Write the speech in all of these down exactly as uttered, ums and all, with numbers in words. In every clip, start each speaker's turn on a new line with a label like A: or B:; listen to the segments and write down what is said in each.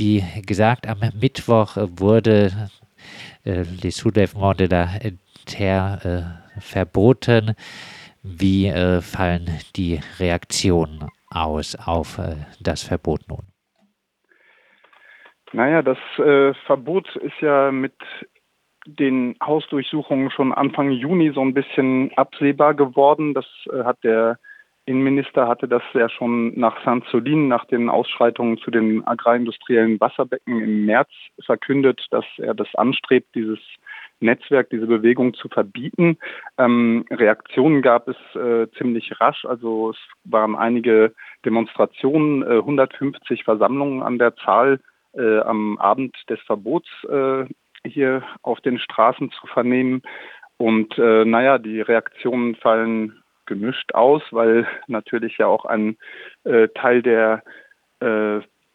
A: wie gesagt, am Mittwoch wurde äh, Les Soulèvements de la Terre äh, verboten. Wie äh, fallen die Reaktionen aus auf äh, das Verbot nun?
B: Naja, das äh, Verbot ist ja mit den Hausdurchsuchungen schon Anfang Juni so ein bisschen absehbar geworden. Das äh, hat der Innenminister hatte das ja schon nach Saint-Soline, nach den Ausschreitungen zu den agrarindustriellen Wasserbecken im März verkündet, dass er das anstrebt, dieses Netzwerk, diese Bewegung zu verbieten. Ähm, Reaktionen gab es äh, ziemlich rasch. Also es waren einige Demonstrationen, äh, hundertfünfzig Versammlungen an der Zahl äh, am Abend des Verbots äh, hier auf den Straßen zu vernehmen. Und äh, naja, die Reaktionen fallen gemischt aus, weil natürlich ja auch ein äh, Teil der äh,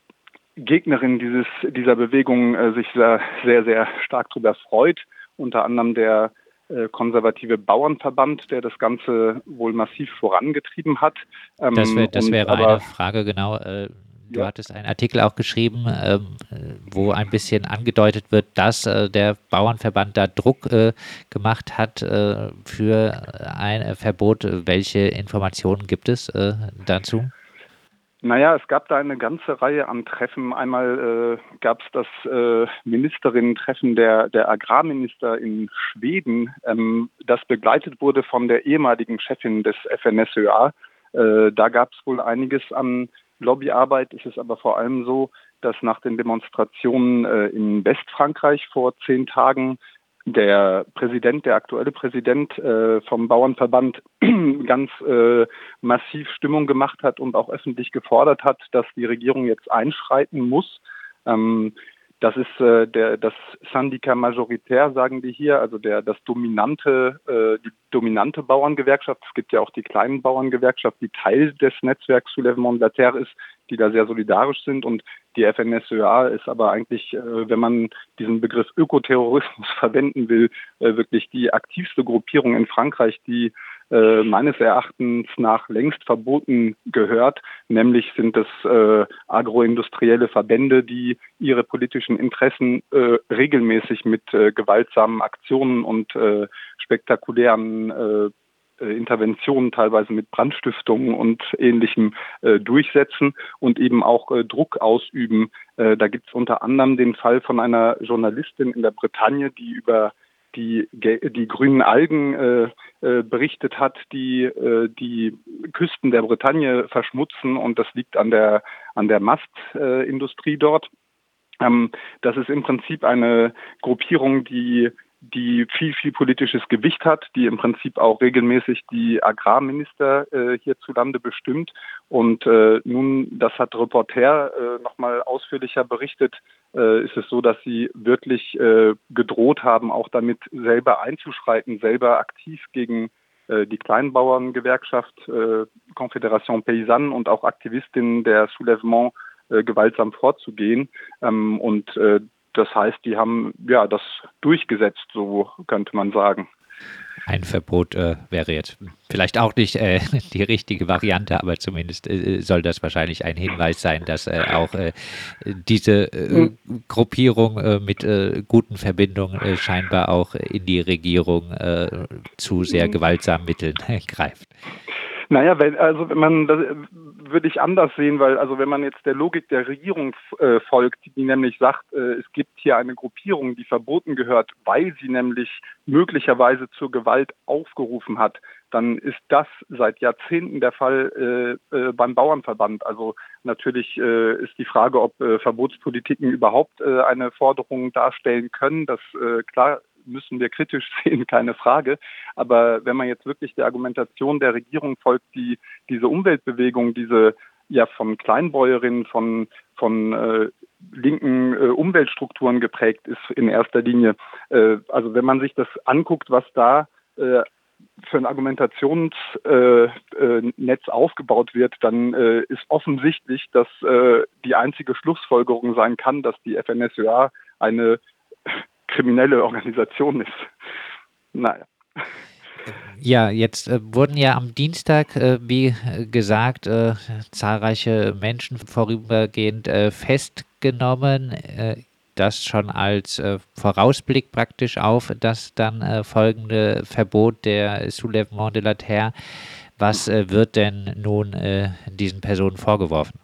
B: Gegnerin dieses, dieser Bewegung äh, sich sehr, sehr, sehr stark darüber freut. Unter anderem der äh, konservative Bauernverband, der das Ganze wohl massiv vorangetrieben hat.
A: Ähm, das, wär, das wäre
B: aber,
A: eine Frage, genau. Äh, du
B: ja.
A: hattest einen Artikel auch geschrieben, ähm, wo ein bisschen angedeutet wird, dass äh, der Bauernverband da Druck äh, gemacht hat äh, für ein Verbot. Welche Informationen gibt es äh, dazu?
B: Naja, es gab da eine ganze Reihe an Treffen. Einmal äh, gab es das äh, Ministerinnen-Treffen der, der Agrarminister in Schweden, ähm, das begleitet wurde von der ehemaligen Chefin des F N S Ö A. Äh, da gab es wohl einiges an Lobbyarbeit. Es ist aber vor allem so, dass nach den Demonstrationen äh, in Westfrankreich vor zehn Tagen der Präsident, der aktuelle Präsident äh, vom Bauernverband ganz äh, massiv Stimmung gemacht hat und auch öffentlich gefordert hat, dass die Regierung jetzt einschreiten muss. Ähm, das ist äh, der das Syndicat Majoritaire, sagen die hier, also der das dominante äh, die dominante Bauerngewerkschaft. Es gibt ja auch die kleinen Bauerngewerkschaft, die Teil des Netzwerks Soulèvements de la Terre ist, die da sehr solidarisch sind, und die F N S Ö A ist aber eigentlich, äh, wenn man diesen Begriff Ökoterrorismus verwenden will, äh, wirklich die aktivste Gruppierung in Frankreich, die äh, meines Erachtens nach längst verboten gehört. Nämlich sind es äh, agroindustrielle Verbände, die ihre politischen Interessen äh, regelmäßig mit äh, gewaltsamen Aktionen und äh, spektakulären äh, Interventionen, teilweise mit Brandstiftungen und Ähnlichem äh, durchsetzen und eben auch äh, Druck ausüben. Äh, da gibt es unter anderem den Fall von einer Journalistin in der Bretagne, die über die, die grünen Algen äh, äh, berichtet hat, die äh, die Küsten der Bretagne verschmutzen, und das liegt an der, an der Mastindustrie äh, dort. Ähm, das ist im Prinzip eine Gruppierung, die die viel, viel politisches Gewicht hat, die im Prinzip auch regelmäßig die Agrarminister äh, hierzulande bestimmt. Und äh, nun, das hat Reporter äh, nochmal ausführlicher berichtet, äh, ist es so, dass sie wirklich äh, gedroht haben, auch damit selber einzuschreiten, selber aktiv gegen äh, die Kleinbauerngewerkschaft, äh, Confédération Paysanne, und auch Aktivistinnen der Soulèvement äh, gewaltsam vorzugehen. Ähm, und äh, Das heißt, die haben ja das durchgesetzt, so könnte man sagen.
A: Ein Verbot äh, wäre jetzt vielleicht auch nicht äh, die richtige Variante, aber zumindest äh, soll das wahrscheinlich ein Hinweis sein, dass äh, auch äh, diese äh, Gruppierung äh, mit äh, guten Verbindungen äh, scheinbar auch in die Regierung äh, zu sehr gewaltsamen Mitteln äh, greift.
B: Naja, wenn, also wenn man das würde ich anders sehen, weil also wenn man jetzt der Logik der Regierung äh, folgt, die nämlich sagt, äh, es gibt hier eine Gruppierung, die verboten gehört, weil sie nämlich möglicherweise zur Gewalt aufgerufen hat, dann ist das seit Jahrzehnten der Fall äh, äh, beim Bauernverband. Also natürlich äh, ist die Frage, ob äh, Verbotspolitiken überhaupt äh, eine Forderung darstellen können. Das äh, klar müssen wir kritisch sehen, keine Frage. Aber wenn man jetzt wirklich der Argumentation der Regierung folgt, die diese Umweltbewegung, diese ja von Kleinbäuerinnen, von von äh, linken äh, Umweltstrukturen geprägt ist in erster Linie. Äh, also wenn man sich das anguckt, was da äh, für ein Argumentationsnetz äh, äh, aufgebaut wird, dann äh, ist offensichtlich, dass äh, die einzige Schlussfolgerung sein kann, dass die F N S Ö A eine kriminelle Organisation ist. Naja.
A: Ja, jetzt äh, wurden ja am Dienstag, äh, wie gesagt, äh, zahlreiche Menschen vorübergehend äh, festgenommen. genommen, äh, das schon als äh, Vorausblick praktisch auf das dann äh, folgende Verbot der Soulèvement de la Terre. Was äh, wird denn nun äh, diesen Personen vorgeworfen?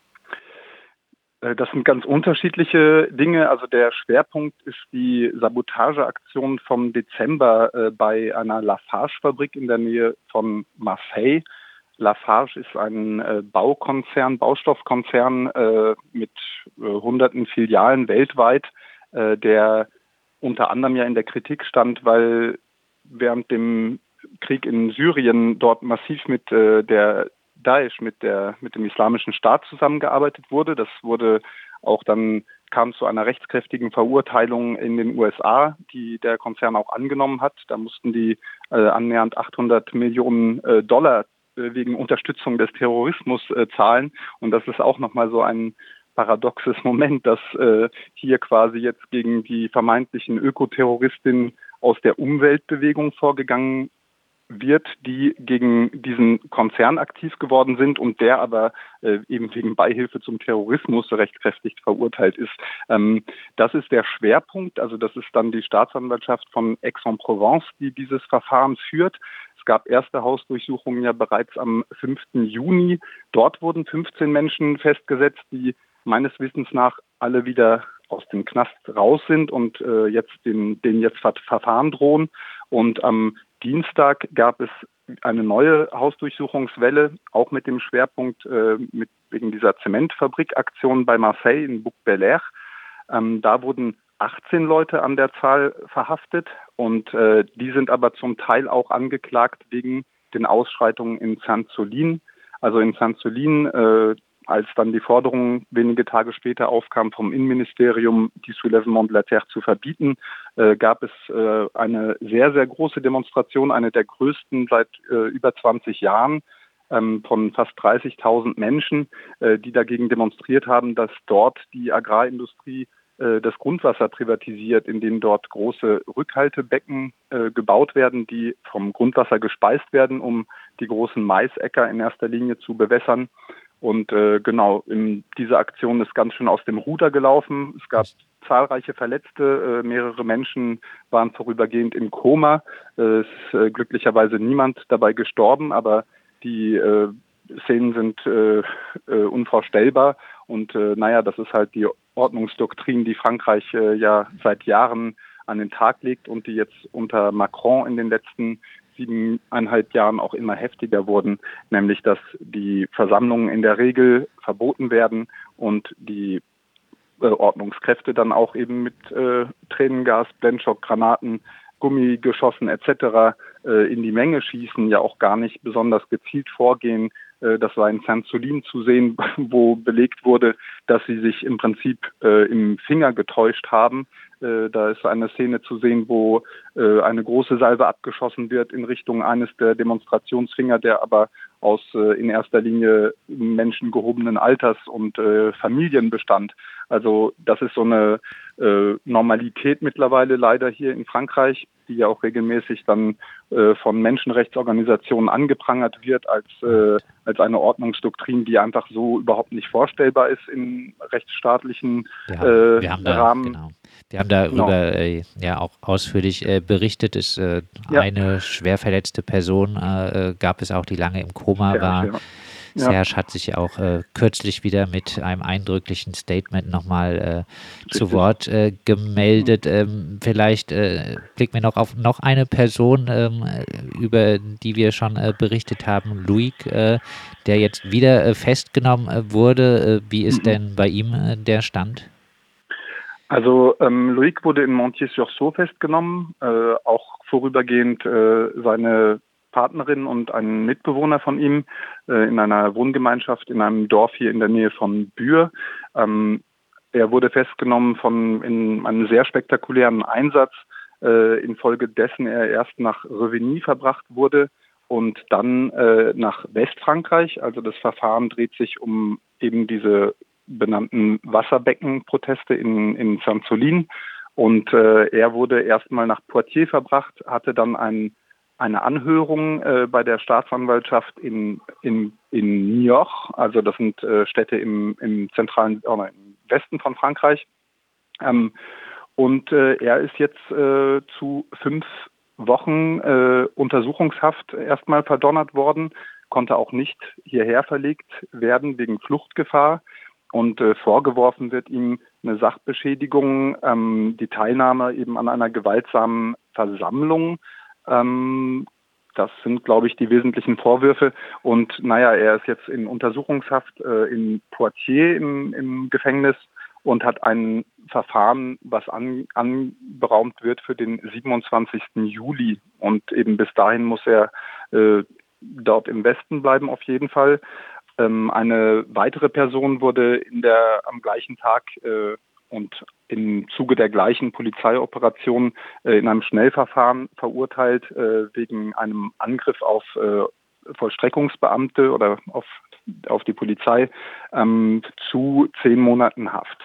B: Das sind ganz unterschiedliche Dinge. Also der Schwerpunkt ist die Sabotageaktion vom Dezember äh, bei einer Lafarge-Fabrik in der Nähe von Marseille. Lafarge ist ein äh, Baukonzern, Baustoffkonzern äh, mit äh, hunderten Filialen weltweit, äh, der unter anderem ja in der Kritik stand, weil während dem Krieg in Syrien dort massiv mit äh, der Daesh, mit der mit dem Islamischen Staat zusammengearbeitet wurde. Das wurde auch dann kam zu einer rechtskräftigen Verurteilung in den U S A, die der Konzern auch angenommen hat. Da mussten die äh, annähernd achthundert Millionen äh, Dollar äh, wegen Unterstützung des Terrorismus äh, zahlen. Und das ist auch nochmal so ein paradoxes Moment, dass äh, hier quasi jetzt gegen die vermeintlichen Ökoterroristinnen aus der Umweltbewegung vorgegangen wird, die gegen diesen Konzern aktiv geworden sind und der aber äh, eben wegen Beihilfe zum Terrorismus rechtskräftig verurteilt ist. Ähm, das ist der Schwerpunkt, also das ist dann die Staatsanwaltschaft von Aix-en-Provence, die dieses Verfahren führt. Es gab erste Hausdurchsuchungen ja bereits am fünften Juni. Dort wurden fünfzehn Menschen festgesetzt, die meines Wissens nach alle wieder aus dem Knast raus sind und äh, jetzt den, denen jetzt Verfahren drohen. Und am Dienstag gab es eine neue Hausdurchsuchungswelle, auch mit dem Schwerpunkt äh, mit, wegen dieser Zementfabrikaktion bei Marseille in Bouc-Bel-Air. Ähm, da wurden achtzehn Leute an der Zahl verhaftet und äh, die sind aber zum Teil auch angeklagt wegen den Ausschreitungen in Sainte-Soline. Also in Sainte-Soline, äh, als dann die Forderung wenige Tage später aufkam vom Innenministerium, die Soulèvement de la Terre zu verbieten, äh, gab es äh, eine sehr, sehr große Demonstration, eine der größten seit äh, über zwanzig Jahren, ähm, von fast dreißigtausend Menschen, äh, die dagegen demonstriert haben, dass dort die Agrarindustrie äh, das Grundwasser privatisiert, in denen dort große Rückhaltebecken äh, gebaut werden, die vom Grundwasser gespeist werden, um die großen Maisäcker in erster Linie zu bewässern. Und äh, genau, in diese Aktion ist ganz schön aus dem Ruder gelaufen. Es gab zahlreiche Verletzte, äh, mehrere Menschen waren vorübergehend im Koma. Äh, es ist äh, glücklicherweise niemand dabei gestorben, aber die äh, Szenen sind äh, äh, unvorstellbar. Und äh, naja, das ist halt die Ordnungsdoktrin, die Frankreich äh, ja seit Jahren an den Tag legt und die jetzt unter Macron in den letzten siebeneinhalb Jahren auch immer heftiger wurden, nämlich dass die Versammlungen in der Regel verboten werden und die äh, Ordnungskräfte dann auch eben mit äh, Tränengas, Blendschockgranaten, Gummigeschossen et cetera äh, in die Menge schießen, ja auch gar nicht besonders gezielt vorgehen. Äh, das war in Sainte-Soline zu sehen, wo belegt wurde, dass sie sich im Prinzip äh, im Finger getäuscht haben. Äh, da ist eine Szene zu sehen, wo äh, eine große Salve abgeschossen wird in Richtung eines der Demonstrationsfinger, der aber aus äh, in erster Linie Menschen gehobenen Alters und äh, Familien bestand. Also das ist so eine äh, Normalität mittlerweile leider hier in Frankreich, die ja auch regelmäßig dann äh, von Menschenrechtsorganisationen angeprangert wird als äh, als eine Ordnungsdoktrin, die einfach so überhaupt nicht vorstellbar ist in rechtsstaatlichen
A: wir haben,
B: äh,
A: wir haben da,
B: Rahmen.
A: Genau. Wir haben darüber
B: Genau.
A: äh, ja auch ausführlich äh, berichtet. Es, äh,
B: Ja.
A: Eine schwer verletzte Person äh, gab es auch, die lange im Koma
B: Serge,
A: war.
B: ja. Ja.
A: Serge hat sich ja auch äh, kürzlich wieder mit einem eindrücklichen Statement nochmal äh, zu Wort äh, gemeldet. Ähm, vielleicht äh, blicken wir noch auf noch eine Person, ähm, über die wir schon äh, berichtet haben, Loïc, äh, der jetzt wieder äh, festgenommen äh, wurde. Äh, wie ist
B: Mhm.
A: denn bei ihm äh, der Stand?
B: Also ähm, Loïc wurde in Montier-sur-Saulx festgenommen, äh, auch vorübergehend äh, seine Partnerin und ein Mitbewohner von ihm äh, in einer Wohngemeinschaft in einem Dorf hier in der Nähe von Bure. Ähm, er wurde festgenommen von in einem sehr spektakulären Einsatz, äh, infolgedessen er erst nach Revigny verbracht wurde und dann äh, nach Westfrankreich. Also das Verfahren dreht sich um eben diese benannten Wasserbeckenproteste in, in Sainte-Soline. Und äh, er wurde erstmal nach Poitiers verbracht, hatte dann ein eine Anhörung äh, bei der Staatsanwaltschaft in, in, in Niort, also das sind äh, Städte im, im zentralen, oder im Westen von Frankreich. Ähm, und äh, er ist jetzt äh, zu fünf Wochen äh, Untersuchungshaft erstmal verdonnert worden, konnte auch nicht hierher verlegt werden wegen Fluchtgefahr. Und äh, vorgeworfen wird ihm eine Sachbeschädigung, ähm, die Teilnahme eben an einer gewaltsamen Versammlung. Ähm, das sind, glaube ich, die wesentlichen Vorwürfe. Und naja, er ist jetzt in Untersuchungshaft äh, in Poitiers im, im Gefängnis und hat ein Verfahren, was an, anberaumt wird für den siebenundzwanzigsten Juli. Und eben bis dahin muss er äh, dort im Westen bleiben auf jeden Fall. Ähm, eine weitere Person wurde in der am gleichen Tag äh, und im Zuge der gleichen Polizeioperation äh, in einem Schnellverfahren verurteilt äh, wegen einem Angriff auf äh, Vollstreckungsbeamte oder auf, auf die Polizei ähm, zu zehn Monaten Haft.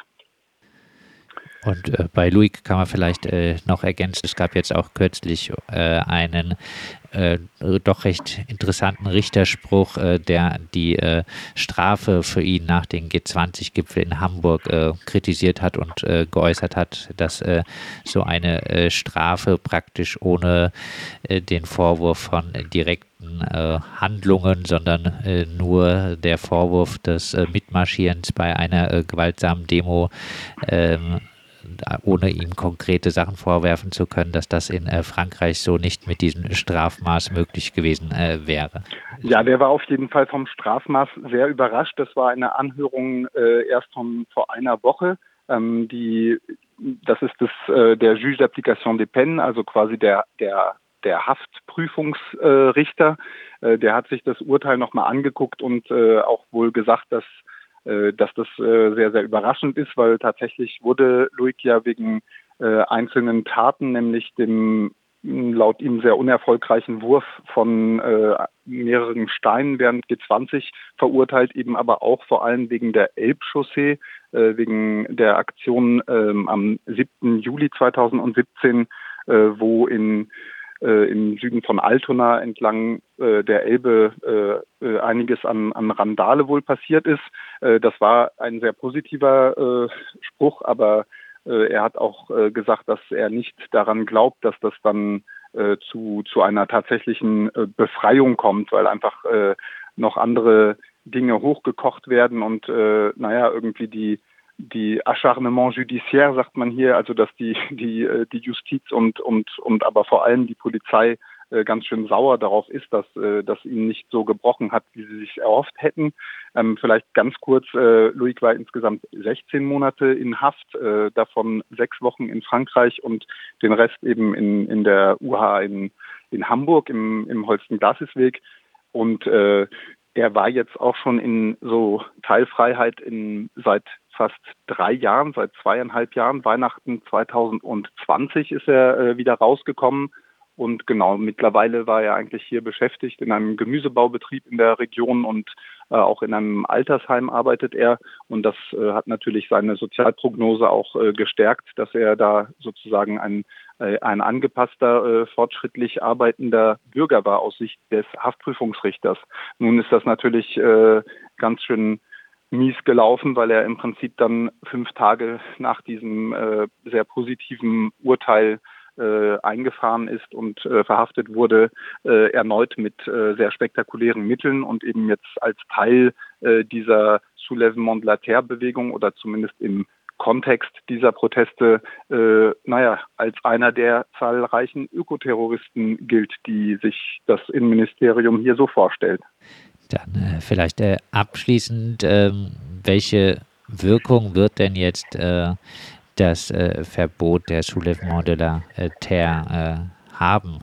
A: Und äh, bei Luik kann man vielleicht äh, noch ergänzen, es gab jetzt auch kürzlich äh, einen äh, doch recht interessanten Richterspruch, äh, der die äh, Strafe für ihn nach dem G zwanzig Gipfel in Hamburg äh, kritisiert hat und äh, geäußert hat, dass äh, so eine äh, Strafe praktisch ohne äh, den Vorwurf von äh, direkten äh, Handlungen, sondern äh, nur der Vorwurf des äh, Mitmarschierens bei einer äh, gewaltsamen Demo, ähm, ohne ihm konkrete Sachen vorwerfen zu können, dass das in äh, Frankreich so nicht mit diesem Strafmaß möglich gewesen äh, wäre.
B: Ja, der war auf jeden Fall vom Strafmaß sehr überrascht. Das war eine Anhörung äh, erst von vor einer Woche. Ähm, die, das ist das, äh, der Juge d'Application des Peines, also quasi der, der, der Haftprüfungsrichter. Äh, der hat sich das Urteil nochmal angeguckt und äh, auch wohl gesagt, dass dass das äh, sehr, sehr überraschend ist, weil tatsächlich wurde Luik ja wegen äh, einzelnen Taten, nämlich dem laut ihm sehr unerfolgreichen Wurf von äh, mehreren Steinen während G zwanzig verurteilt, eben aber auch vor allem wegen der Elbchaussee, äh, wegen der Aktion äh, am siebten Juli zweitausendsiebzehn, äh, wo in Äh, im Süden von Altona entlang äh, der Elbe äh, äh, einiges an, an Randale wohl passiert ist. Äh, das war ein sehr positiver äh, Spruch, aber äh, er hat auch äh, gesagt, dass er nicht daran glaubt, dass das dann äh, zu, zu einer tatsächlichen äh, Befreiung kommt, weil einfach äh, noch andere Dinge hochgekocht werden und äh, naja, irgendwie die die Acharnement judiciaire, sagt man hier, also dass die die die Justiz und und und aber vor allem die Polizei äh, ganz schön sauer darauf ist, dass äh, dass ihn nicht so gebrochen hat, wie sie sich erhofft hätten. Ähm, vielleicht ganz kurz: äh, Luik war insgesamt sechzehn Monate in Haft, äh, davon sechs Wochen in Frankreich und den Rest eben in in der U H in in Hamburg im im Holsten-Glasis-Weg. Und äh, er war jetzt auch schon in so Teilfreiheit in seit fast drei Jahren, seit zweieinhalb Jahren. Weihnachten zweitausendzwanzig ist er äh, wieder rausgekommen. Und genau, mittlerweile war er eigentlich hier beschäftigt in einem Gemüsebaubetrieb in der Region und äh, auch in einem Altersheim arbeitet er. Und das äh, hat natürlich seine Sozialprognose auch äh, gestärkt, dass er da sozusagen ein, äh, ein angepasster, äh, fortschrittlich arbeitender Bürger war aus Sicht des Haftprüfungsrichters. Nun ist das natürlich äh, ganz schön mies gelaufen, weil er im Prinzip dann fünf Tage nach diesem äh, sehr positiven Urteil äh, eingefahren ist und äh, verhaftet wurde, äh, erneut mit äh, sehr spektakulären Mitteln und eben jetzt als Teil äh, dieser Soulèvement de la Terre-Bewegung oder zumindest im Kontext dieser Proteste, äh, naja, als einer der zahlreichen Ökoterroristen gilt, die sich das Innenministerium hier so vorstellt.
A: Dann äh, vielleicht äh, abschließend, ähm, welche Wirkung wird denn jetzt äh, das äh, Verbot der Soulèvement de la äh, Terre äh, haben?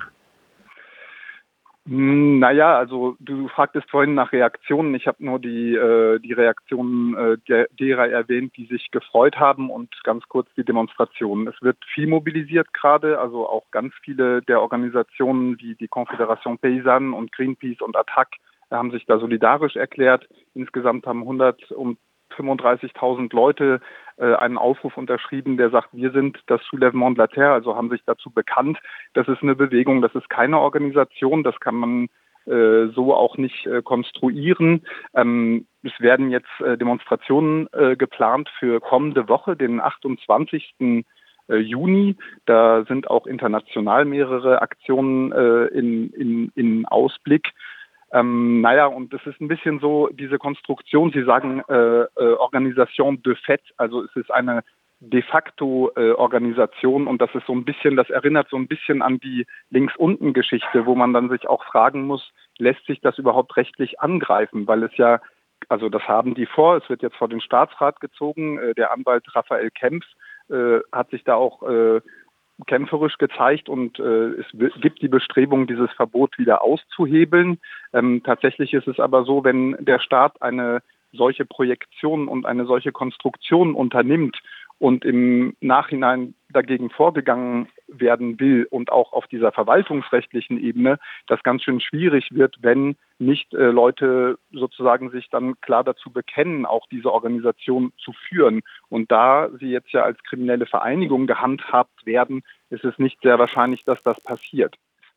B: Naja, also du fragtest vorhin nach Reaktionen. Ich habe nur die, äh, die Reaktionen äh, der, derer erwähnt, die sich gefreut haben und ganz kurz die Demonstrationen. Es wird viel mobilisiert gerade, also auch ganz viele der Organisationen wie die Confédération Paysanne und Greenpeace und Attac haben sich da solidarisch erklärt. Insgesamt haben hundertfünfunddreißigtausend Leute äh, einen Aufruf unterschrieben, der sagt, wir sind das Soulèvement de la Terre, also haben sich dazu bekannt. Das ist eine Bewegung, das ist keine Organisation, das kann man äh, so auch nicht äh, konstruieren. Ähm, es werden jetzt äh, Demonstrationen äh, geplant für kommende Woche, den achtundzwanzigsten Juni. Da sind auch international mehrere Aktionen äh, in, in, in Ausblick. Ähm, naja, und es ist ein bisschen so, diese Konstruktion, Sie sagen äh, äh, Organisation de fait, also es ist eine de facto äh, Organisation und das ist so ein bisschen, das erinnert so ein bisschen an die Links-Unten-Geschichte, wo man dann sich auch fragen muss, lässt sich das überhaupt rechtlich angreifen, weil es ja, also das haben die vor, es wird jetzt vor den Staatsrat gezogen, äh, der Anwalt Raphael Kempf äh, hat sich da auch äh, kämpferisch gezeigt und äh, es gibt die Bestrebung, dieses Verbot wieder auszuhebeln. Ähm, tatsächlich ist es aber so, wenn der Staat eine solche Projektion und eine solche Konstruktion unternimmt und im Nachhinein dagegen vorgegangen werden will und auch auf dieser verwaltungsrechtlichen Ebene, das ganz schön schwierig wird, wenn nicht äh, Leute sozusagen sich dann klar dazu bekennen, auch diese Organisation zu führen. Und da sie jetzt ja als kriminelle Vereinigung gehandhabt werden, ist es nicht sehr wahrscheinlich, dass das passiert.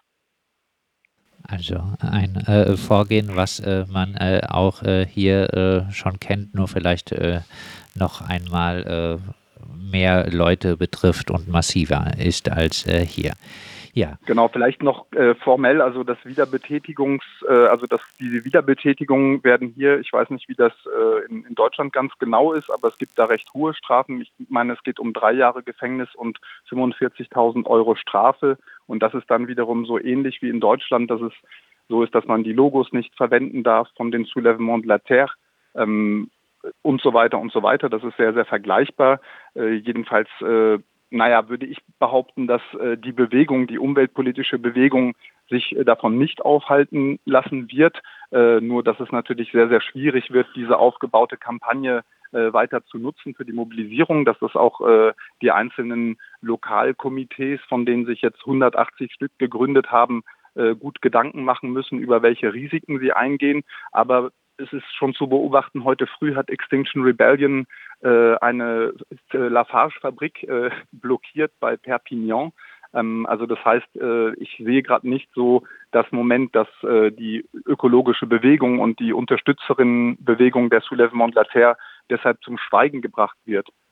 A: Also ein äh, Vorgehen, was äh, man äh, auch äh, hier äh, schon kennt, nur vielleicht äh, noch einmal äh, mehr Leute betrifft und massiver ist als äh, hier. Ja.
B: Genau, vielleicht noch äh, formell, also das Wiederbetätigungs, äh, also dass diese Wiederbetätigungen werden hier, ich weiß nicht, wie das äh, in, in Deutschland ganz genau ist, aber es gibt da recht hohe Strafen. Ich meine, es geht um drei Jahre Gefängnis und fünfundvierzigtausend Euro Strafe. Und das ist dann wiederum so ähnlich wie in Deutschland, dass es so ist, dass man die Logos nicht verwenden darf von den Soulèvements de la Terre. Ähm, und so weiter und so weiter. Das ist sehr, sehr vergleichbar. Äh, jedenfalls, äh, naja, würde ich behaupten, dass äh, die Bewegung, die umweltpolitische Bewegung sich äh, davon nicht aufhalten lassen wird. Äh, nur, dass es natürlich sehr, sehr schwierig wird, diese aufgebaute Kampagne äh, weiter zu nutzen für die Mobilisierung, dass das auch äh, die einzelnen Lokalkomitees, von denen sich jetzt hundertachtzig Stück gegründet haben, äh, gut Gedanken machen müssen, über welche Risiken sie eingehen. Aber es ist schon zu beobachten, heute früh hat Extinction Rebellion äh, eine äh, Lafarge-Fabrik äh, blockiert bei Perpignan. Ähm, also das heißt, äh, ich sehe gerade nicht so das Moment, dass äh, die ökologische Bewegung und die Unterstützerinnenbewegung der Soulèvements de la Terre deshalb zum Schweigen gebracht wird.